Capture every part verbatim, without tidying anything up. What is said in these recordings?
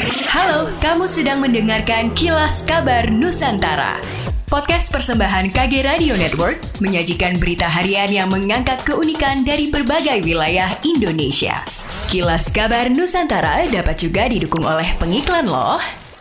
Halo, kamu sedang mendengarkan Kilas Kabar Nusantara. Podcast persembahan K G Radio Network menyajikan berita harian yang mengangkat keunikan dari berbagai wilayah Indonesia. Kilas Kabar Nusantara dapat juga didukung oleh pengiklan loh.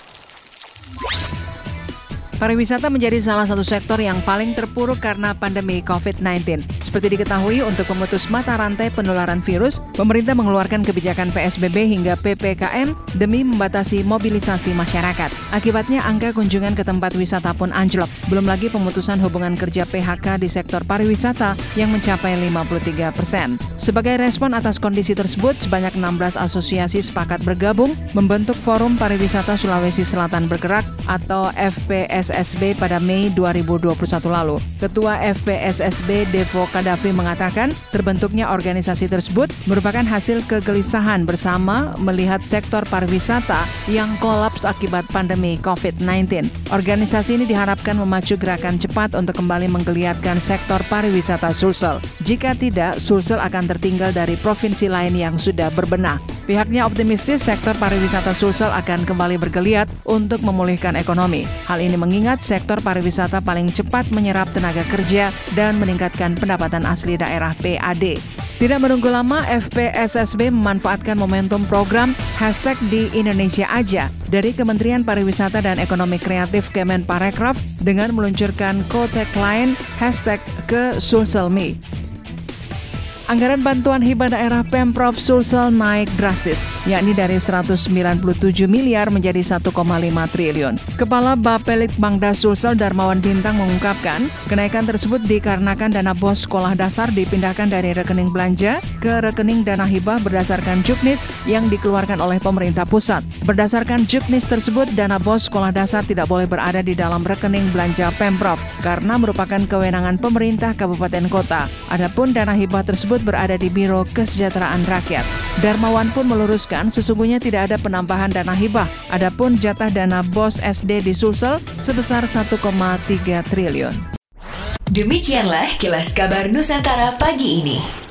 Pariwisata menjadi salah satu sektor yang paling terpuruk karena pandemi covid sembilan belas. Seperti diketahui, untuk memutus mata rantai penularan virus, pemerintah mengeluarkan kebijakan P S B B hingga P P K M demi membatasi mobilisasi masyarakat. Akibatnya, angka kunjungan ke tempat wisata pun anjlok. Belum lagi pemutusan hubungan kerja P H K di sektor pariwisata yang mencapai lima puluh tiga persen. Sebagai respon atas kondisi tersebut, sebanyak enam belas asosiasi sepakat bergabung membentuk Forum Pariwisata Sulawesi Selatan Bergerak atau F P S S B pada Mei dua ribu dua puluh satu lalu. Ketua F P S S B Devo Kadafi mengatakan terbentuknya organisasi tersebut merupakan hasil kegelisahan bersama melihat sektor pariwisata yang kolaps akibat pandemi covid sembilan belas. Organisasi ini diharapkan memacu gerakan cepat untuk kembali menggeliatkan sektor pariwisata Sulsel. Jika tidak, Sulsel akan tertinggal dari provinsi lain yang sudah berbenah. Pihaknya optimistis sektor pariwisata Sulsel akan kembali bergeliat untuk memulihkan ekonomi. Hal ini mengingat sektor pariwisata paling cepat menyerap tenaga kerja dan meningkatkan pendapatan asli daerah P A D. Tidak menunggu lama, F P S S B memanfaatkan momentum program hashtag di Indonesia Aja dari Kementerian Pariwisata dan Ekonomi Kreatif Kemenparekraf dengan meluncurkan co-tagline hashtag ke Sulselmi. Anggaran bantuan hibah daerah Pemprov Sulsel naik drastis, yakni dari seratus sembilan puluh tujuh miliar menjadi satu koma lima triliun. Kepala Bapelitbangda Sulsel Darmawan Bintang mengungkapkan, kenaikan tersebut dikarenakan dana bos sekolah dasar dipindahkan dari rekening belanja ke rekening dana hibah berdasarkan Juknis yang dikeluarkan oleh pemerintah pusat. Berdasarkan Juknis tersebut, dana bos sekolah dasar tidak boleh berada di dalam rekening belanja Pemprov karena merupakan kewenangan pemerintah kabupaten kota. Adapun dana hibah tersebut berada di Biro Kesejahteraan Rakyat. Darmawan pun meluruskan sesungguhnya tidak ada penambahan dana hibah. Adapun jatah dana bos S D di Sulsel sebesar satu koma tiga triliun. Demikianlah Kilas Kabar Nusantara pagi ini.